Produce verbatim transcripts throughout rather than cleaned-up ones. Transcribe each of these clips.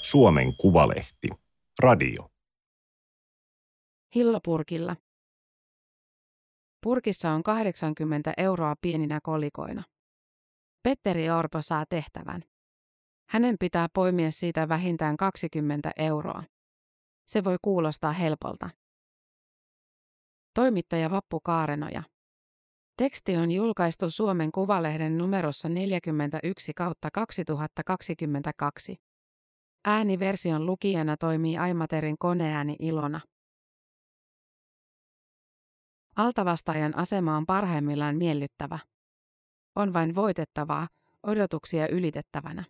Suomen Kuvalehti. Radio. Hillopurkilla. Purkissa on kahdeksankymmentä euroa pieninä kolikoina. Petteri Orpo saa tehtävän. Hänen pitää poimia siitä vähintään kaksikymmentä euroa. Se voi kuulostaa helpolta. Toimittaja Vappu Kaarenoja. Teksti on julkaistu Suomen Kuvalehden numerossa neljäkymmentäyksi kautta kaksituhattakaksikymmentäkaksi. Ääniversion lukijana toimii Aimaterin koneääni Ilona. Altavastaajan asema on parhaimmillaan miellyttävä. On vain voitettavaa, odotuksia ylitettävänä.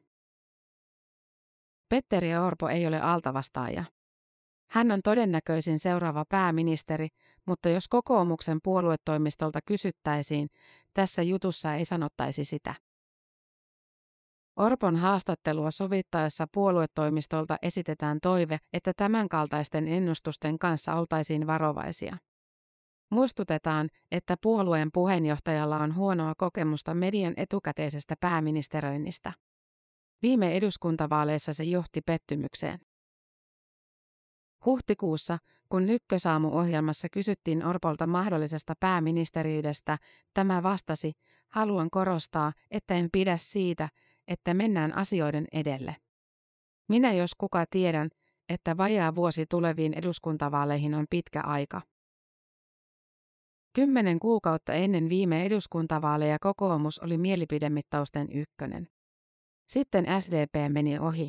Petteri Orpo ei ole altavastaaja. Hän on todennäköisin seuraava pääministeri, mutta jos kokoomuksen puoluetoimistolta kysyttäisiin, tässä jutussa ei sanottaisi sitä. Orpon haastattelua sovittaessa puoluetoimistolta esitetään toive, että tämänkaltaisten ennustusten kanssa oltaisiin varovaisia. Muistutetaan, että puolueen puheenjohtajalla on huonoa kokemusta median etukäteisestä pääministeröinnistä. Viime eduskuntavaaleissa se johti pettymykseen. Huhtikuussa, kun Ykkösaamu-ohjelmassa kysyttiin Orpolta mahdollisesta pääministeriydestä, tämä vastasi: haluan korostaa, että en pidä siitä, että mennään asioiden edelle. Minä jos kuka tiedän, että vajaa vuosi tuleviin eduskuntavaaleihin on pitkä aika. Kymmenen kuukautta ennen viime eduskuntavaaleja kokoomus oli mielipidemittausten ykkönen. Sitten S D P meni ohi.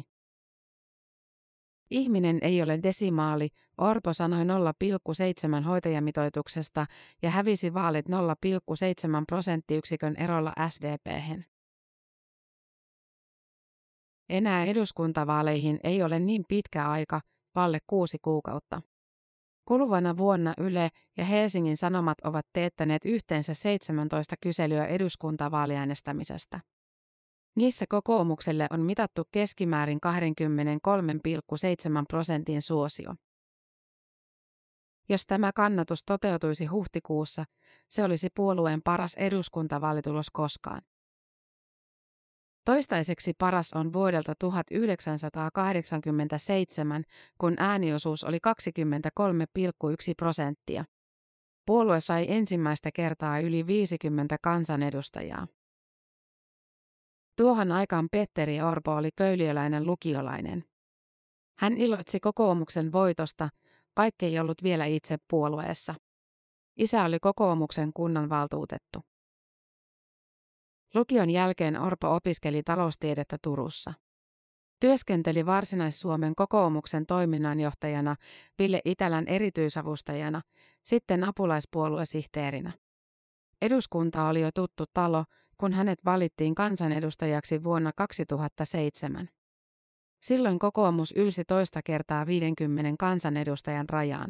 Ihminen ei ole desimaali, Orpo sanoi nolla pilkku seitsemän hoitajamitoituksesta ja hävisi vaalit nolla pilkku seitsemän prosenttiyksikön erolla S D P:hen. Enää eduskuntavaaleihin ei ole niin pitkä aika, alle kuusi kuukautta. Kuluvana vuonna Yle ja Helsingin Sanomat ovat teettäneet yhteensä seitsemäntoista kyselyä eduskuntavaaliäänestämisestä. Niissä kokoomukselle on mitattu keskimäärin kaksikymmentäkolme pilkku seitsemän prosentin suosio. Jos tämä kannatus toteutuisi huhtikuussa, se olisi puolueen paras eduskuntavaalitulos koskaan. Toistaiseksi paras on vuodelta tuhatyhdeksänsataakahdeksankymmentäseitsemän, kun ääniosuus oli kaksikymmentäkolme pilkku yksi prosenttia. Puolue sai ensimmäistä kertaa yli viisikymmentä kansanedustajaa. Tuohon aikaan Petteri Orpo oli köyliöläinen lukiolainen. Hän iloitsi kokoomuksen voitosta, vaikkei ollut vielä itse puolueessa. Isä oli kokoomuksen kunnanvaltuutettu. Lukion jälkeen Orpo opiskeli taloustiedettä Turussa. Työskenteli Varsinais-Suomen kokoomuksen toiminnanjohtajana, Ville Itälän erityisavustajana, sitten apulaispuoluesihteerinä. Eduskunta oli jo tuttu talo, kun hänet valittiin kansanedustajaksi vuonna kaksituhattaseitsemän. Silloin kokoomus ylsi toista kertaa viidenkymmenen kansanedustajan rajaan.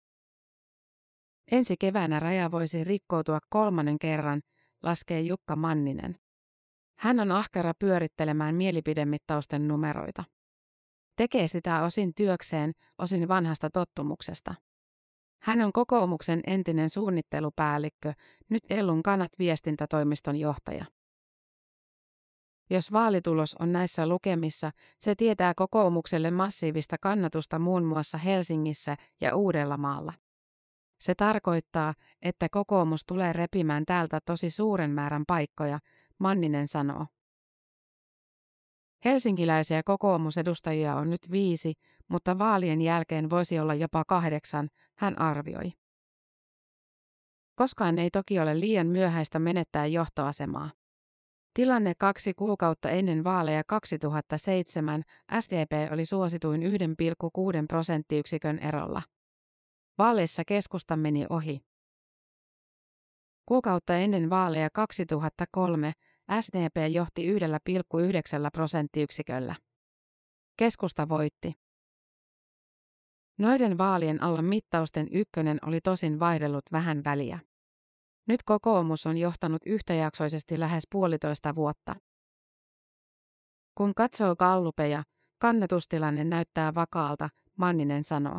Ensi keväänä raja voisi rikkoutua kolmannen kerran, laskee Jukka Manninen. Hän on ahkera pyörittelemään mielipidemittausten numeroita. Tekee sitä osin työkseen, osin vanhasta tottumuksesta. Hän on kokoomuksen entinen suunnittelupäällikkö, nyt Ellun Kanat viestintätoimiston johtaja. Jos vaalitulos on näissä lukemissa, se tietää kokoomukselle massiivista kannatusta muun muassa Helsingissä ja Uudellamaalla. Se tarkoittaa, että kokoomus tulee repimään täältä tosi suuren määrän paikkoja, Manninen sanoo. Helsinkiläisiä kokoomusedustajia on nyt viisi, mutta vaalien jälkeen voisi olla jopa kahdeksan, hän arvioi. Koskaan ei toki ole liian myöhäistä menettää johtoasemaa. Tilanne kaksi kuukautta ennen vaaleja kaksituhattaseitsemän, S D P oli suosituin yksi pilkku kuusi prosenttiyksikön erolla. Vaaleissa keskusta meni ohi. Kuukautta ennen vaaleja kaksituhattakolme S D P johti yksi pilkku yhdeksän prosenttiyksiköllä. Keskusta voitti. Noiden vaalien alla mittausten ykkönen oli tosin vaihdellut vähän väliä. Nyt kokoomus on johtanut yhtäjaksoisesti lähes puolitoista vuotta. Kun katsoo gallupeja, kannatustilanne näyttää vakaalta, Manninen sanoo.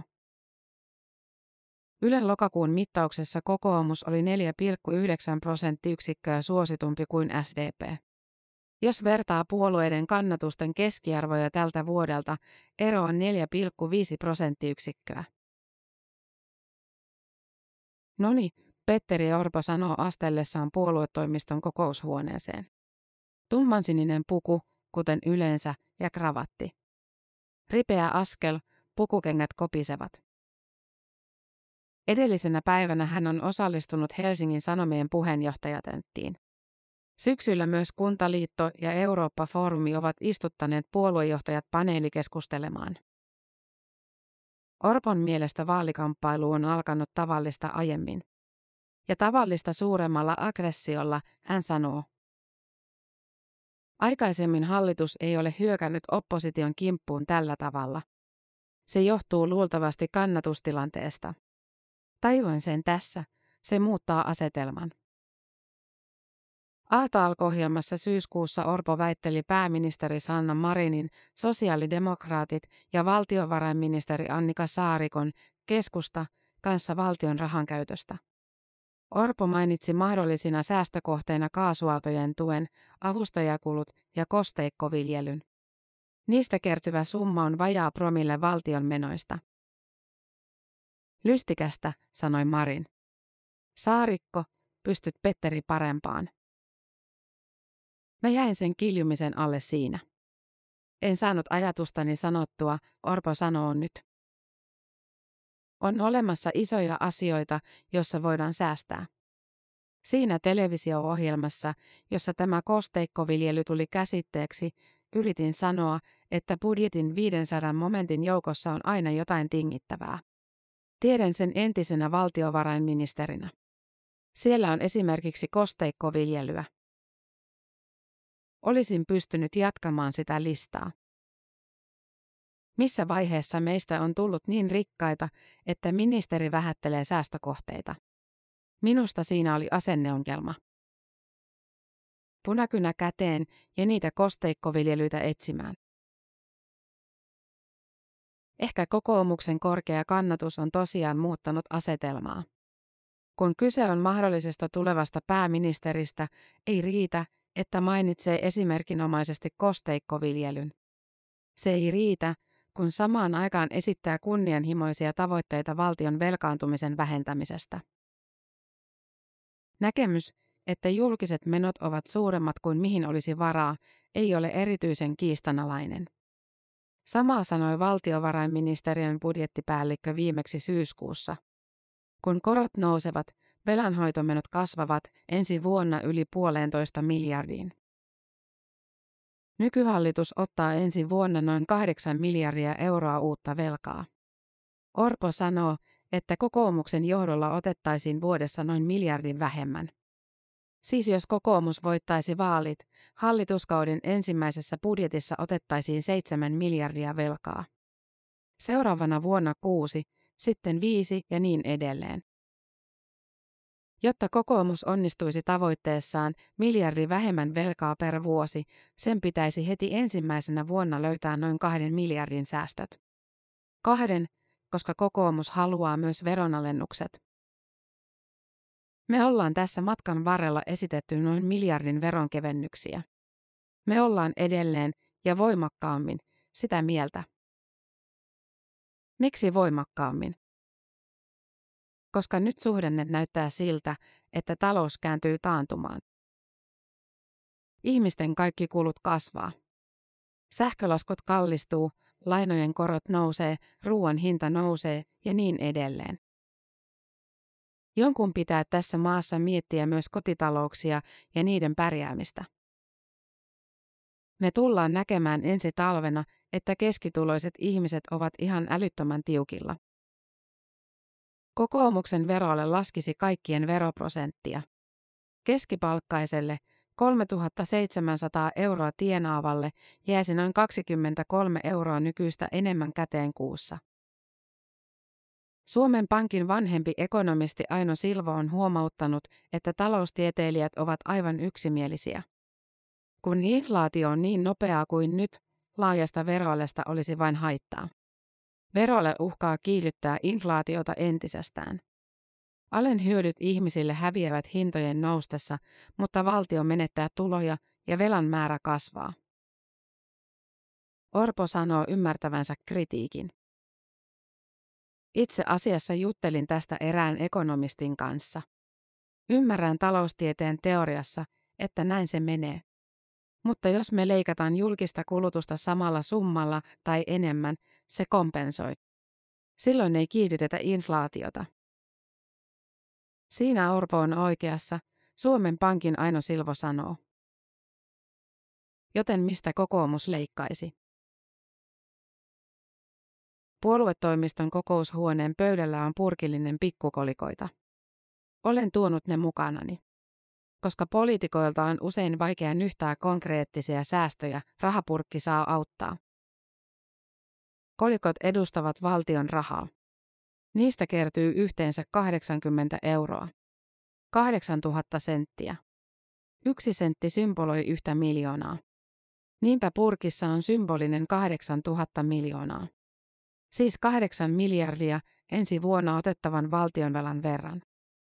Ylen lokakuun mittauksessa kokoomus oli neljä pilkku yhdeksän prosenttiyksikköä suositumpi kuin S D P. Jos vertaa puolueiden kannatusten keskiarvoja tältä vuodelta, ero on neljä pilkku viisi prosenttiyksikköä. Noni, Petteri Orpo sanoo astellessaan puoluetoimiston kokoushuoneeseen. Tummansininen puku, kuten yleensä, ja kravatti. Ripeä askel, pukukengät kopisevat. Edellisenä päivänä hän on osallistunut Helsingin Sanomien puheenjohtajatenttiin. Syksyllä myös Kuntaliitto ja Eurooppa-foorumi ovat istuttaneet puoluejohtajat paneelikeskustelemaan. Orpon mielestä vaalikamppailu on alkanut tavallista aiemmin. Ja tavallista suuremmalla aggressiolla, hän sanoo. Aikaisemmin hallitus ei ole hyökännyt opposition kimppuun tällä tavalla. Se johtuu luultavasti kannatustilanteesta. Tajuan sen tässä, se muuttaa asetelman. A-talk-ohjelmassa syyskuussa Orpo väitteli pääministeri Sanna Marinin, sosiaalidemokraatit ja valtiovarainministeri Annika Saarikon, keskusta, kanssa valtion rahankäytöstä. Orpo mainitsi mahdollisina säästökohteina kaasuautojen tuen, avustajakulut ja kosteikkoviljelyn. Niistä kertyvä summa on vajaa promille valtion menoista. Lystikästä, sanoi Marin. Saarikko, pystyt Petteri parempaan. Mä jäin sen kiljumisen alle siinä. En saanut ajatustani sanottua, Orpo sanoo nyt. On olemassa isoja asioita, joissa voidaan säästää. Siinä televisio-ohjelmassa, jossa tämä kosteikkoviljely tuli käsitteeksi, yritin sanoa, että budjetin viisisataa momentin joukossa on aina jotain tingittävää. Tiedän sen entisenä valtiovarainministerinä. Siellä on esimerkiksi kosteikkoviljelyä. Olisin pystynyt jatkamaan sitä listaa. Missä vaiheessa meistä on tullut niin rikkaita, että ministeri vähättelee säästökohteita? Minusta siinä oli asenneongelma. Punakynä käteen ja niitä kosteikkoviljelyitä etsimään. Ehkä kokoomuksen korkea kannatus on tosiaan muuttanut asetelmaa. Kun kyse on mahdollisesta tulevasta pääministeristä, ei riitä, että mainitsee esimerkinomaisesti kosteikkoviljelyn. Se ei riitä, kun samaan aikaan esittää kunnianhimoisia tavoitteita valtion velkaantumisen vähentämisestä. Näkemys, että julkiset menot ovat suuremmat kuin mihin olisi varaa, ei ole erityisen kiistanalainen. Samaa sanoi valtiovarainministeriön budjettipäällikkö viimeksi syyskuussa. Kun korot nousevat, velanhoitomenot kasvavat ensi vuonna yli puolentoista miljardiin. Nykyhallitus ottaa ensi vuonna noin kahdeksan miljardia euroa uutta velkaa. Orpo sanoo, että kokoomuksen johdolla otettaisiin vuodessa noin miljardin vähemmän. Siis jos kokoomus voittaisi vaalit, hallituskauden ensimmäisessä budjetissa otettaisiin seitsemän miljardia velkaa. Seuraavana vuonna kuusi, sitten viisi ja niin edelleen. Jotta kokoomus onnistuisi tavoitteessaan miljardi vähemmän velkaa per vuosi, sen pitäisi heti ensimmäisenä vuonna löytää noin kahden miljardin säästöt. Kahden, koska kokoomus haluaa myös veronalennukset. Me ollaan tässä matkan varrella esitetty noin miljardin veronkevennyksiä. Me ollaan edelleen, ja voimakkaammin, sitä mieltä. Miksi voimakkaammin? Koska nyt suhdanne näyttää siltä, että talous kääntyy taantumaan. Ihmisten kaikki kulut kasvaa. Sähkölaskut kallistuu, lainojen korot nousee, ruoan hinta nousee ja niin edelleen. Jonkun pitää tässä maassa miettiä myös kotitalouksia ja niiden pärjäämistä. Me tullaan näkemään ensi talvena, että keskituloiset ihmiset ovat ihan älyttömän tiukilla. Kokoomuksen veroale laskisi kaikkien veroprosenttia. Keskipalkkaiselle, kolmetuhattaseitsemänsataa euroa tienaavalle, jäisi noin kaksikymmentäkolme euroa nykyistä enemmän käteen kuussa. Suomen Pankin vanhempi ekonomisti Aino Silvo on huomauttanut, että taloustieteilijät ovat aivan yksimielisiä. Kun inflaatio on niin nopeaa kuin nyt, laajasta veroalesta olisi vain haittaa. Veroale uhkaa kiihdyttää inflaatiota entisestään. Alen hyödyt ihmisille häviävät hintojen noustessa, mutta valtio menettää tuloja, ja velan määrä kasvaa. Orpo sanoo ymmärtävänsä kritiikin. Itse asiassa juttelin tästä erään ekonomistin kanssa. Ymmärrän taloustieteen teoriassa, että näin se menee. Mutta jos me leikataan julkista kulutusta samalla summalla tai enemmän, se kompensoi. Silloin ei kiihdytetä inflaatiota. Siinä Orpo on oikeassa, Suomen Pankin Aino Silvo sanoo. Joten mistä kokoomus leikkaisi? Puoluetoimiston kokoushuoneen pöydällä on purkillinen pikkukolikoita. Olen tuonut ne mukanani. Koska poliitikoilta on usein vaikea nyhtää konkreettisia säästöjä, rahapurkki saa auttaa. Kolikot edustavat valtion rahaa. Niistä kertyy yhteensä kahdeksankymmentä euroa. kahdeksantuhatta senttiä. Yksi sentti symboloi yhtä miljoonaa. Niinpä purkissa on symbolinen kahdeksantuhatta miljoonaa. Siis kahdeksan miljardia ensi vuonna otettavan valtionvelan verran.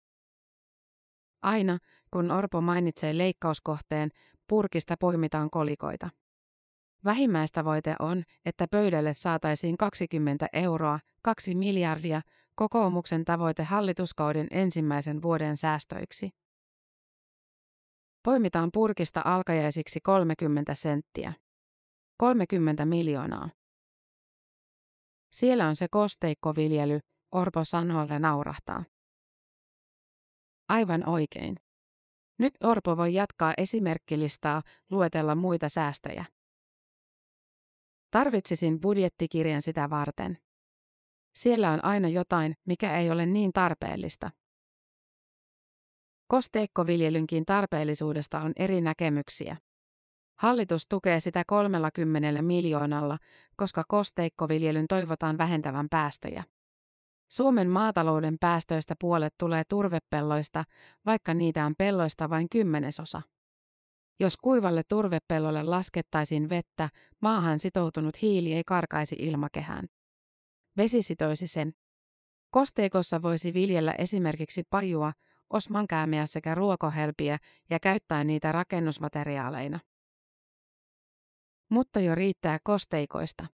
Aina, kun Orpo mainitsee leikkauskohteen, purkista poimitaan kolikoita. Vähimmäistavoite on, että pöydälle saataisiin kaksikymmentä euroa, kaksi miljardia, kokoomuksen tavoite hallituskauden ensimmäisen vuoden säästöiksi. Poimitaan purkista alkajaisiksi kolmekymmentä senttiä. kolmekymmentä miljoonaa. Siellä on se kosteikkoviljely, Orpo sanoo ja naurahtaa. Aivan oikein. Nyt Orpo voi jatkaa esimerkkilistaa, luetella muita säästöjä. Tarvitsisin budjettikirjan sitä varten. Siellä on aina jotain, mikä ei ole niin tarpeellista. Kosteikkoviljelynkin tarpeellisuudesta on eri näkemyksiä. Hallitus tukee sitä kolmellakymmenellä miljoonalla, koska kosteikkoviljelyn toivotaan vähentävän päästöjä. Suomen maatalouden päästöistä puolet tulee turvepelloista, vaikka niitä on pelloista vain kymmenesosa. Jos kuivalle turvepellolle laskettaisiin vettä, maahan sitoutunut hiili ei karkaisi ilmakehään. Vesi sitoisi sen. Kosteikossa voisi viljellä esimerkiksi pajua, osmankäämiä sekä ruokohelpiä ja käyttää niitä rakennusmateriaaleina. Mutta jo riittää kosteikoista.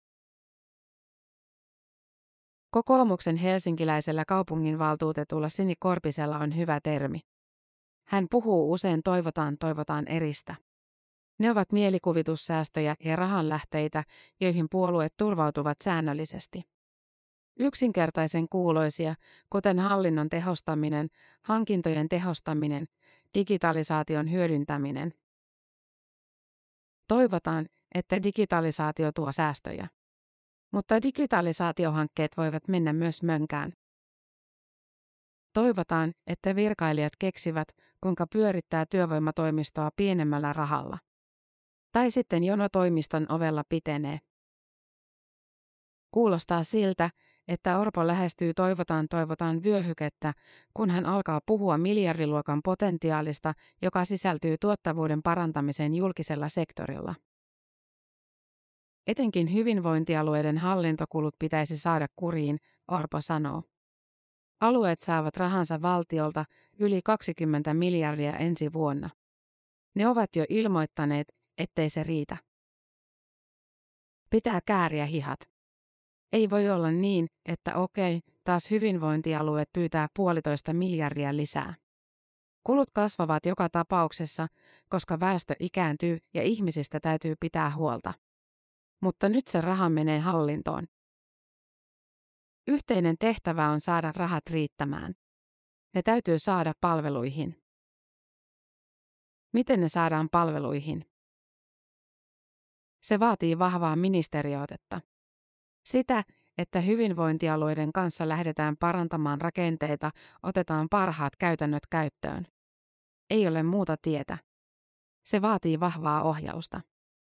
Kokoomuksen helsinkiläisellä kaupunginvaltuutetulla Sini Korpisella on hyvä termi. Hän puhuu usein toivotaan toivotaan eristä. Ne ovat mielikuvitussäästöjä ja rahanlähteitä, joihin puolueet turvautuvat säännöllisesti. Yksinkertaisen kuuloisia, kuten hallinnon tehostaminen, hankintojen tehostaminen, digitalisaation hyödyntäminen. Toivotaan, että digitalisaatio tuo säästöjä. Mutta digitalisaatiohankkeet voivat mennä myös mönkään. Toivotaan, että virkailijat keksivät, kuinka pyörittää työvoimatoimistoa pienemmällä rahalla. Tai sitten jono toimiston ovella pitenee. Kuulostaa siltä, että Orpo lähestyy toivotaan toivotaan vyöhykettä, kun hän alkaa puhua miljardiluokan potentiaalista, joka sisältyy tuottavuuden parantamiseen julkisella sektorilla. Etenkin hyvinvointialueiden hallintokulut pitäisi saada kuriin, Orpo sanoo. Alueet saavat rahansa valtiolta yli kaksikymmentä miljardia ensi vuonna. Ne ovat jo ilmoittaneet, ettei se riitä. Pitää kääriä hihat. Ei voi olla niin, että okei, taas hyvinvointialueet pyytää puolitoista miljardia lisää. Kulut kasvavat joka tapauksessa, koska väestö ikääntyy ja ihmisistä täytyy pitää huolta. Mutta nyt se raha menee hallintoon. Yhteinen tehtävä on saada rahat riittämään. Ne täytyy saada palveluihin. Miten ne saadaan palveluihin? Se vaatii vahvaa ministeriöotetta. Sitä, että hyvinvointialueiden kanssa lähdetään parantamaan rakenteita, otetaan parhaat käytännöt käyttöön. Ei ole muuta tietä. Se vaatii vahvaa ohjausta.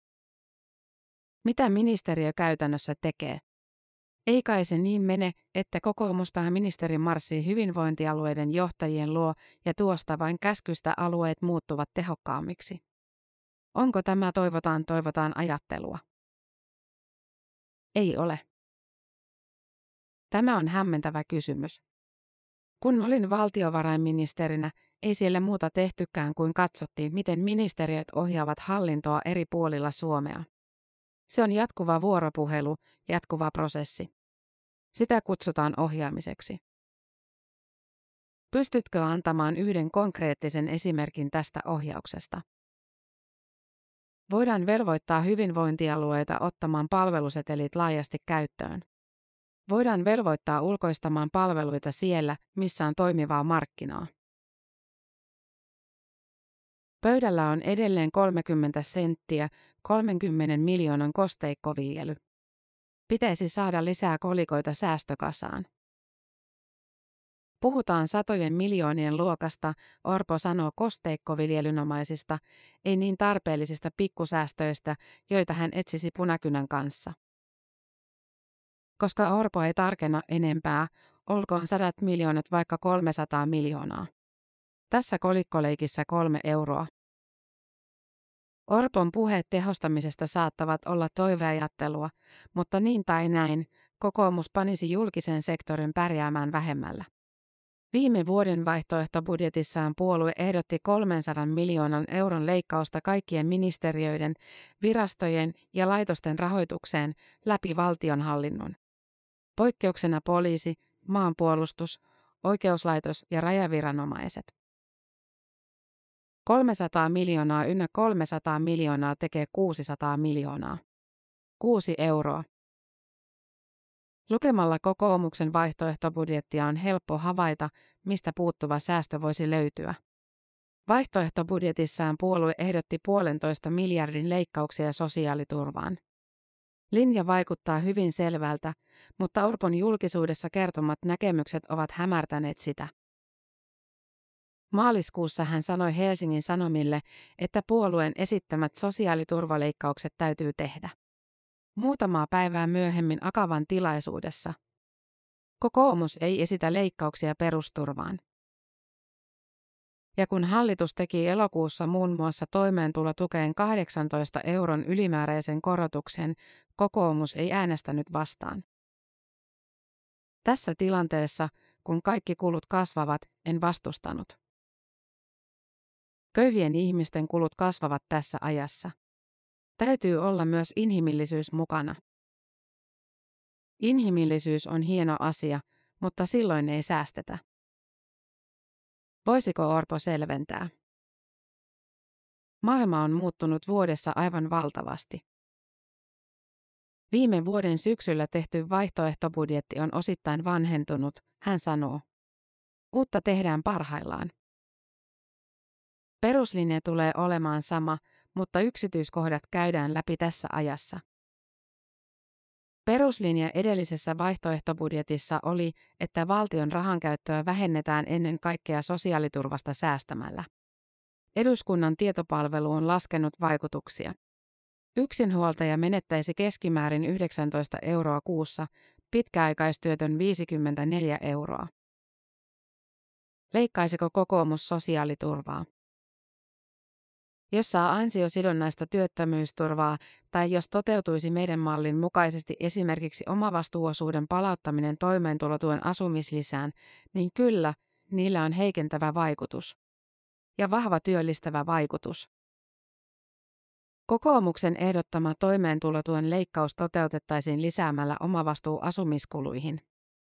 Mitä ministeriö käytännössä tekee? Ei kai se niin mene, että kokoomuspääministeri marssii hyvinvointialueiden johtajien luo ja tuosta vain käskystä alueet muuttuvat tehokkaammiksi. Onko tämä toivotaan toivotaan ajattelua? Ei ole. Tämä on hämmentävä kysymys. Kun olin valtiovarainministerinä, ei siellä muuta tehtykään kuin katsottiin, miten ministeriöt ohjaavat hallintoa eri puolilla Suomea. Se on jatkuva vuoropuhelu, jatkuva prosessi. Sitä kutsutaan ohjaamiseksi. Pystytkö antamaan yhden konkreettisen esimerkin tästä ohjauksesta? Voidaan velvoittaa hyvinvointialueita ottamaan palvelusetelit laajasti käyttöön. Voidaan velvoittaa ulkoistamaan palveluita siellä, missä on toimivaa markkinaa. Pöydällä on edelleen kolmekymmentä senttiä, kolmenkymmenen miljoonan kosteikkoviljely. Pitäisi saada lisää kolikoita säästökasaan. Puhutaan satojen miljoonien luokasta, Orpo sanoo kosteikkoviljelynomaisista, ei niin tarpeellisista pikkusäästöistä, joita hän etsisi punakynän kanssa. Koska Orpo ei tarkenna enempää, olkoon sadat miljoonat vaikka kolmesataa miljoonaa. Tässä kolikkoleikissä kolme euroa. Orpon puheet tehostamisesta saattavat olla toiveajattelua, mutta niin tai näin, kokoomus panisi julkisen sektorin pärjäämään vähemmällä. Viime vuoden vaihtoehtobudjetissaan puolue ehdotti kolmensadan miljoonan euron leikkausta kaikkien ministeriöiden, virastojen ja laitosten rahoitukseen läpi valtionhallinnon. Poikkeuksena poliisi, maanpuolustus, oikeuslaitos ja rajaviranomaiset. kolmesataa miljoonaa ynnä kolmesataa miljoonaa tekee kuusisataa miljoonaa. Kuusi euroa. Lukemalla kokoomuksen vaihtoehtobudjettia on helppo havaita, mistä puuttuva säästö voisi löytyä. Vaihtoehtobudjetissaan puolue ehdotti puolentoista miljardin leikkauksia sosiaaliturvaan. Linja vaikuttaa hyvin selvältä, mutta Orpon julkisuudessa kertomat näkemykset ovat hämärtäneet sitä. Maaliskuussa hän sanoi Helsingin Sanomille, että puolueen esittämät sosiaaliturvaleikkaukset täytyy tehdä. Muutamaa päivää myöhemmin Akavan tilaisuudessa. Kokoomus ei esitä leikkauksia perusturvaan. Ja kun hallitus teki elokuussa muun muassa toimeentulotukeen kahdeksantoista euron ylimääräisen korotuksen, kokoomus ei äänestänyt vastaan. Tässä tilanteessa, kun kaikki kulut kasvavat, en vastustanut. Köyhien ihmisten kulut kasvavat tässä ajassa. Täytyy olla myös inhimillisyys mukana. Inhimillisyys on hieno asia, mutta silloin ei säästetä. Voisiko Orpo selventää? Maailma on muuttunut vuodessa aivan valtavasti. Viime vuoden syksyllä tehty vaihtoehtobudjetti on osittain vanhentunut, hän sanoo. Uutta tehdään parhaillaan. Peruslinja tulee olemaan sama, mutta yksityiskohdat käydään läpi tässä ajassa. Peruslinja edellisessä vaihtoehtobudjetissa oli, että valtion rahankäyttöä vähennetään ennen kaikkea sosiaaliturvasta säästämällä. Eduskunnan tietopalvelu on laskenut vaikutuksia. Yksinhuoltaja menettäisi keskimäärin yhdeksäntoista euroa kuussa, pitkäaikaistyötön viisikymmentäneljä euroa. Leikkaisiko kokoomus sosiaaliturvaa? Jos saa ansiosidonnaista työttömyysturvaa tai jos toteutuisi meidän mallin mukaisesti esimerkiksi omavastuuosuuden palauttaminen toimeentulotuen asumislisään, niin kyllä, niillä on heikentävä vaikutus. Ja vahva työllistävä vaikutus. Kokoomuksen ehdottama toimeentulotuen leikkaus toteutettaisiin lisäämällä omavastuu asumiskuluihin.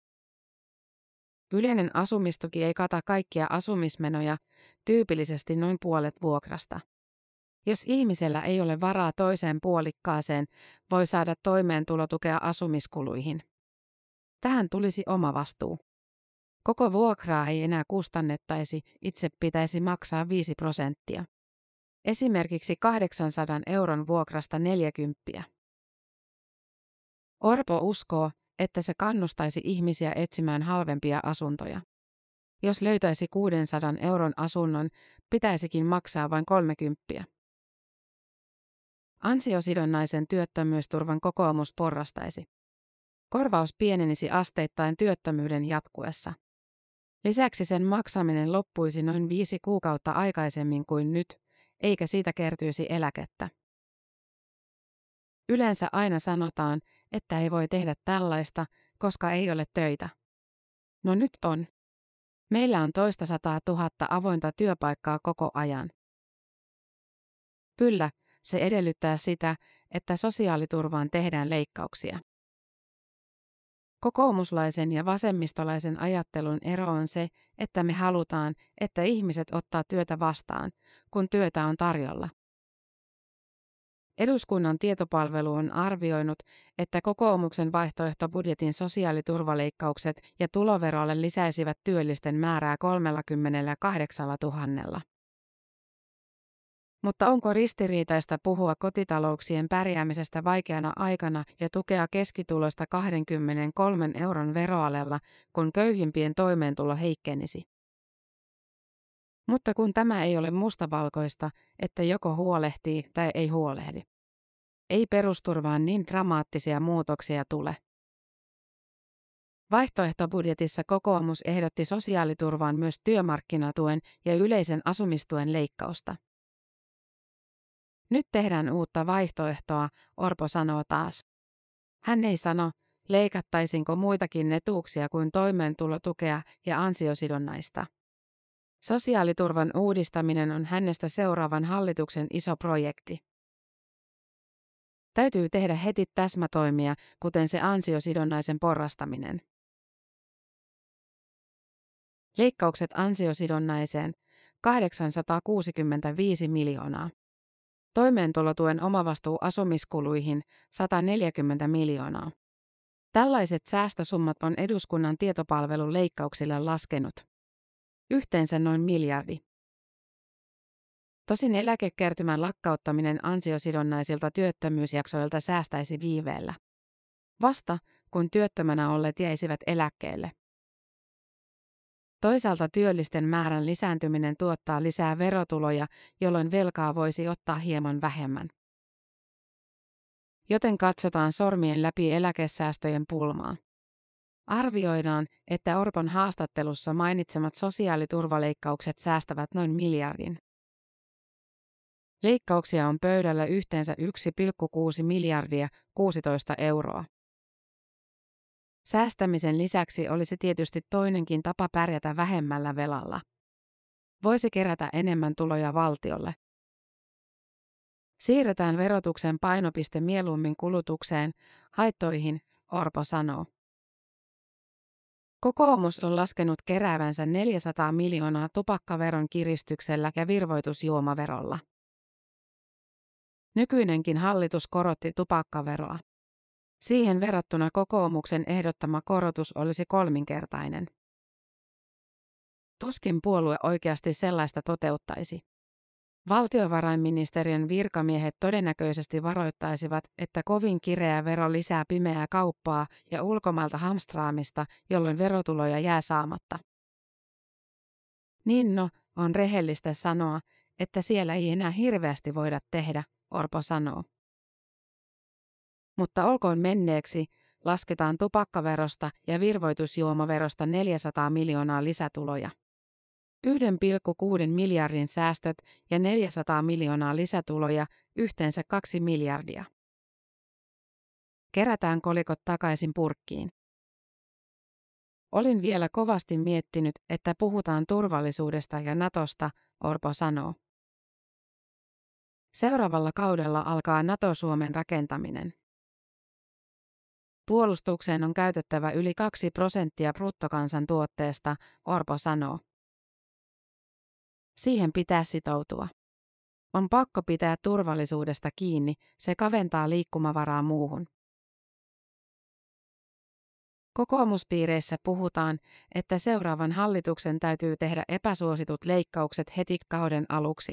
Yleinen asumistuki ei kata kaikkia asumismenoja, tyypillisesti noin puolet vuokrasta. Jos ihmisellä ei ole varaa toiseen puolikkaaseen, voi saada toimeentulotukea asumiskuluihin. Tähän tulisi omavastuu. Koko vuokraa ei enää kustannettaisi, itse pitäisi maksaa viisi prosenttia. Esimerkiksi kahdeksansadan euron vuokrasta neljäkymppiä. Orpo uskoo, että se kannustaisi ihmisiä etsimään halvempia asuntoja. Jos löytäisi kuudensadan euron asunnon, pitäisikin maksaa vain kolmekymppiä. Ansiosidonnaisen työttömyysturvan kokoomus porrastaisi. Korvaus pienenisi asteittain työttömyyden jatkuessa. Lisäksi sen maksaminen loppuisi noin viisi kuukautta aikaisemmin kuin nyt, eikä siitä kertyisi eläkettä. Yleensä aina sanotaan, että ei voi tehdä tällaista, koska ei ole töitä. No nyt on. Meillä on toista sataa tuhatta avointa työpaikkaa koko ajan. Kyllä, se edellyttää sitä, että sosiaaliturvaan tehdään leikkauksia. Kokoomuslaisen ja vasemmistolaisen ajattelun ero on se, että me halutaan, että ihmiset ottaa työtä vastaan, kun työtä on tarjolla. Eduskunnan tietopalvelu on arvioinut, että kokoomuksen vaihtoehtobudjetin sosiaaliturvaleikkaukset ja tuloverolle lisäisivät työllisten määrää kolmekymmentäkahdeksantuhatta. Mutta onko ristiriitaista puhua kotitalouksien pärjäämisestä vaikeana aikana ja tukea keskituloista kaksikymmentäkolme euron veroalella, kun köyhimpien toimeentulo heikkenisi? Mutta kun tämä ei ole mustavalkoista, että joko huolehtii tai ei huolehdi. Ei perusturvaan niin dramaattisia muutoksia tule. Vaihtoehtobudjetissa kokoomus ehdotti sosiaaliturvaan myös työmarkkinatuen ja yleisen asumistuen leikkausta. Nyt tehdään uutta vaihtoehtoa, Orpo sanoo taas. Hän ei sano, leikattaisinko muitakin etuuksia kuin toimeentulotukea ja ansiosidonnaista. Sosiaaliturvan uudistaminen on hänestä seuraavan hallituksen iso projekti. Täytyy tehdä heti täsmätoimia, kuten se ansiosidonnaisen porrastaminen. Leikkaukset ansiosidonnaiseen, kahdeksansataakuusikymmentäviisi miljoonaa. Toimeentulotuen omavastuu asumiskuluihin, sata neljäkymmentä miljoonaa. Tällaiset säästösummat on eduskunnan tietopalvelun leikkauksille laskenut. Yhteensä noin miljardi. Tosin eläkekertymän lakkauttaminen ansiosidonnaisilta työttömyysjaksoilta säästäisi viiveellä. Vasta, kun työttömänä olleet jäisivät eläkkeelle. Toisaalta työllisten määrän lisääntyminen tuottaa lisää verotuloja, jolloin velkaa voisi ottaa hieman vähemmän. Joten katsotaan sormien läpi eläkesäästöjen pulmaa. Arvioidaan, että Orpon haastattelussa mainitsemat sosiaaliturvaleikkaukset säästävät noin miljardin. Leikkauksia on pöydällä yhteensä yksi pilkku kuusi miljardia, kuusitoista euroa. Säästämisen lisäksi olisi tietysti toinenkin tapa pärjätä vähemmällä velalla. Voisi kerätä enemmän tuloja valtiolle. Siirretään verotuksen painopiste mieluummin kulutukseen, haittoihin, Orpo sanoo. Kokoomus on laskenut keräävänsä neljäsataa miljoonaa tupakkaveron kiristyksellä ja virvoitusjuomaverolla. Nykyinenkin hallitus korotti tupakkaveroa. Siihen verrattuna kokoomuksen ehdottama korotus olisi kolminkertainen. Tuskin puolue oikeasti sellaista toteuttaisi. Valtiovarainministeriön virkamiehet todennäköisesti varoittaisivat, että kovin kireä vero lisää pimeää kauppaa ja ulkomailta hamstraamista, jolloin verotuloja jää saamatta. Niin no, on rehellistä sanoa, että siellä ei enää hirveästi voida tehdä, Orpo sanoo. Mutta olkoon menneeksi, lasketaan tupakkaverosta ja virvoitusjuomaverosta neljäsataa miljoonaa lisätuloja. yksi pilkku kuusi miljardin säästöt ja neljäsataa miljoonaa lisätuloja, yhteensä kaksi miljardia. Kerätään kolikot takaisin purkkiin. Olin vielä kovasti miettinyt, että puhutaan turvallisuudesta ja Natosta, Orpo sanoo. Seuraavalla kaudella alkaa NATO-Suomen rakentaminen. Puolustukseen on käytettävä yli kaksi prosenttia bruttokansantuotteesta, Orpo sanoo. Siihen pitää sitoutua. On pakko pitää turvallisuudesta kiinni, se kaventaa liikkumavaraa muuhun. Kokoomuspiireissä puhutaan, että seuraavan hallituksen täytyy tehdä epäsuositut leikkaukset heti kauden aluksi.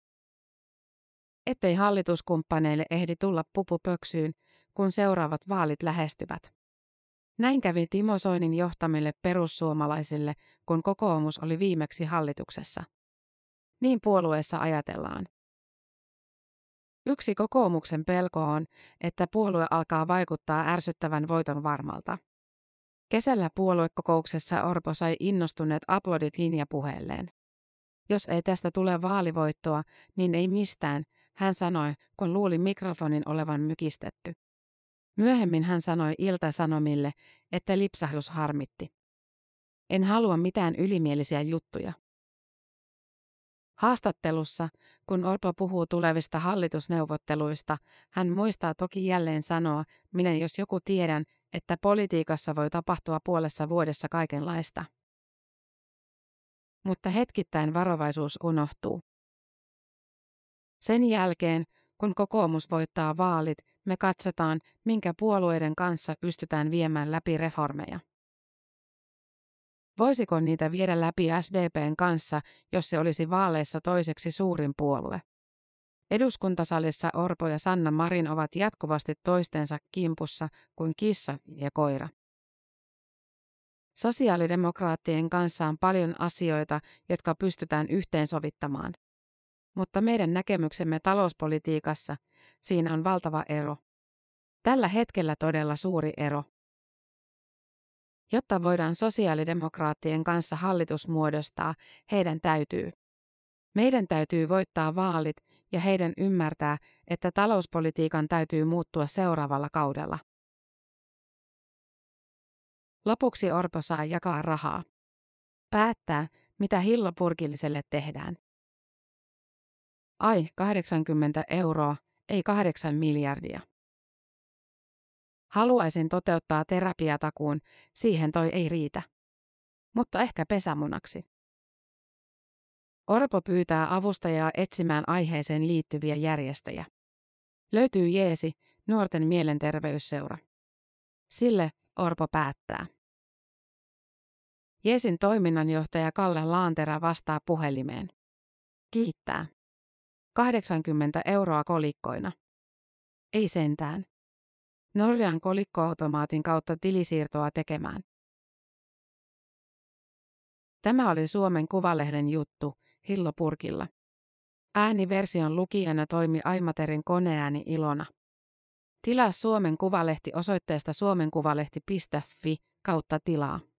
Ettei hallituskumppaneille ehdi tulla pupu pöksyyn, kun seuraavat vaalit lähestyvät. Näin kävi Timo Soinin johtamille perussuomalaisille, kun kokoomus oli viimeksi hallituksessa. Niin puolueessa ajatellaan. Yksi kokoomuksen pelko on, että puolue alkaa vaikuttaa ärsyttävän voiton varmalta. Kesällä puoluekokouksessa Orpo sai innostuneet aplodit linjapuheelleen. Jos ei tästä tule vaalivoittoa, niin ei mistään, hän sanoi, kun luuli mikrofonin olevan mykistetty. Myöhemmin hän sanoi Ilta-Sanomille, että lipsahdus harmitti. En halua mitään ylimielisiä juttuja. Haastattelussa, kun Orpo puhuu tulevista hallitusneuvotteluista, hän muistaa toki jälleen sanoa, minä jos joku tiedän, että politiikassa voi tapahtua puolessa vuodessa kaikenlaista. Mutta hetkittäin varovaisuus unohtuu. Sen jälkeen, kun kokoomus voittaa vaalit, me katsotaan, minkä puolueiden kanssa pystytään viemään läpi reformeja. Voisiko niitä viedä läpi S D P:n kanssa, jos se olisi vaaleissa toiseksi suurin puolue? Eduskuntasalissa Orpo ja Sanna Marin ovat jatkuvasti toistensa kimpussa kuin kissa ja koira. Sosiaalidemokraattien kanssa on paljon asioita, jotka pystytään yhteensovittamaan. Mutta meidän näkemyksemme talouspolitiikassa, siinä on valtava ero. Tällä hetkellä todella suuri ero. Jotta voidaan sosiaalidemokraattien kanssa hallitus muodostaa, heidän täytyy. Meidän täytyy voittaa vaalit ja heidän ymmärtää, että talouspolitiikan täytyy muuttua seuraavalla kaudella. Lopuksi Orpo saa jakaa rahaa. Päättää, mitä hillopurkilliselle tehdään. Ai, kahdeksankymmentä euroa, ei kahdeksan miljardia. Haluaisin toteuttaa terapiatakuun, siihen toi ei riitä. Mutta ehkä pesämunaksi. Orpo pyytää avustajaa etsimään aiheeseen liittyviä järjestäjiä. Löytyy Jeesi, nuorten mielenterveysseura. Sille Orpo päättää. Jeesin toiminnanjohtaja Kalle Laantera vastaa puhelimeen. Kiittää. kahdeksankymmentä euroa kolikkoina. Ei sentään. Norjan kolikkoautomaatin kautta tilisiirtoa tekemään. Tämä oli Suomen Kuvalehden juttu, hillopurkilla. Ääniversion lukijana toimi Aimaterin koneääni Ilona. Tilaa Suomen Kuvalehti osoitteesta suomenkuvalehti piste fi kautta tilaa.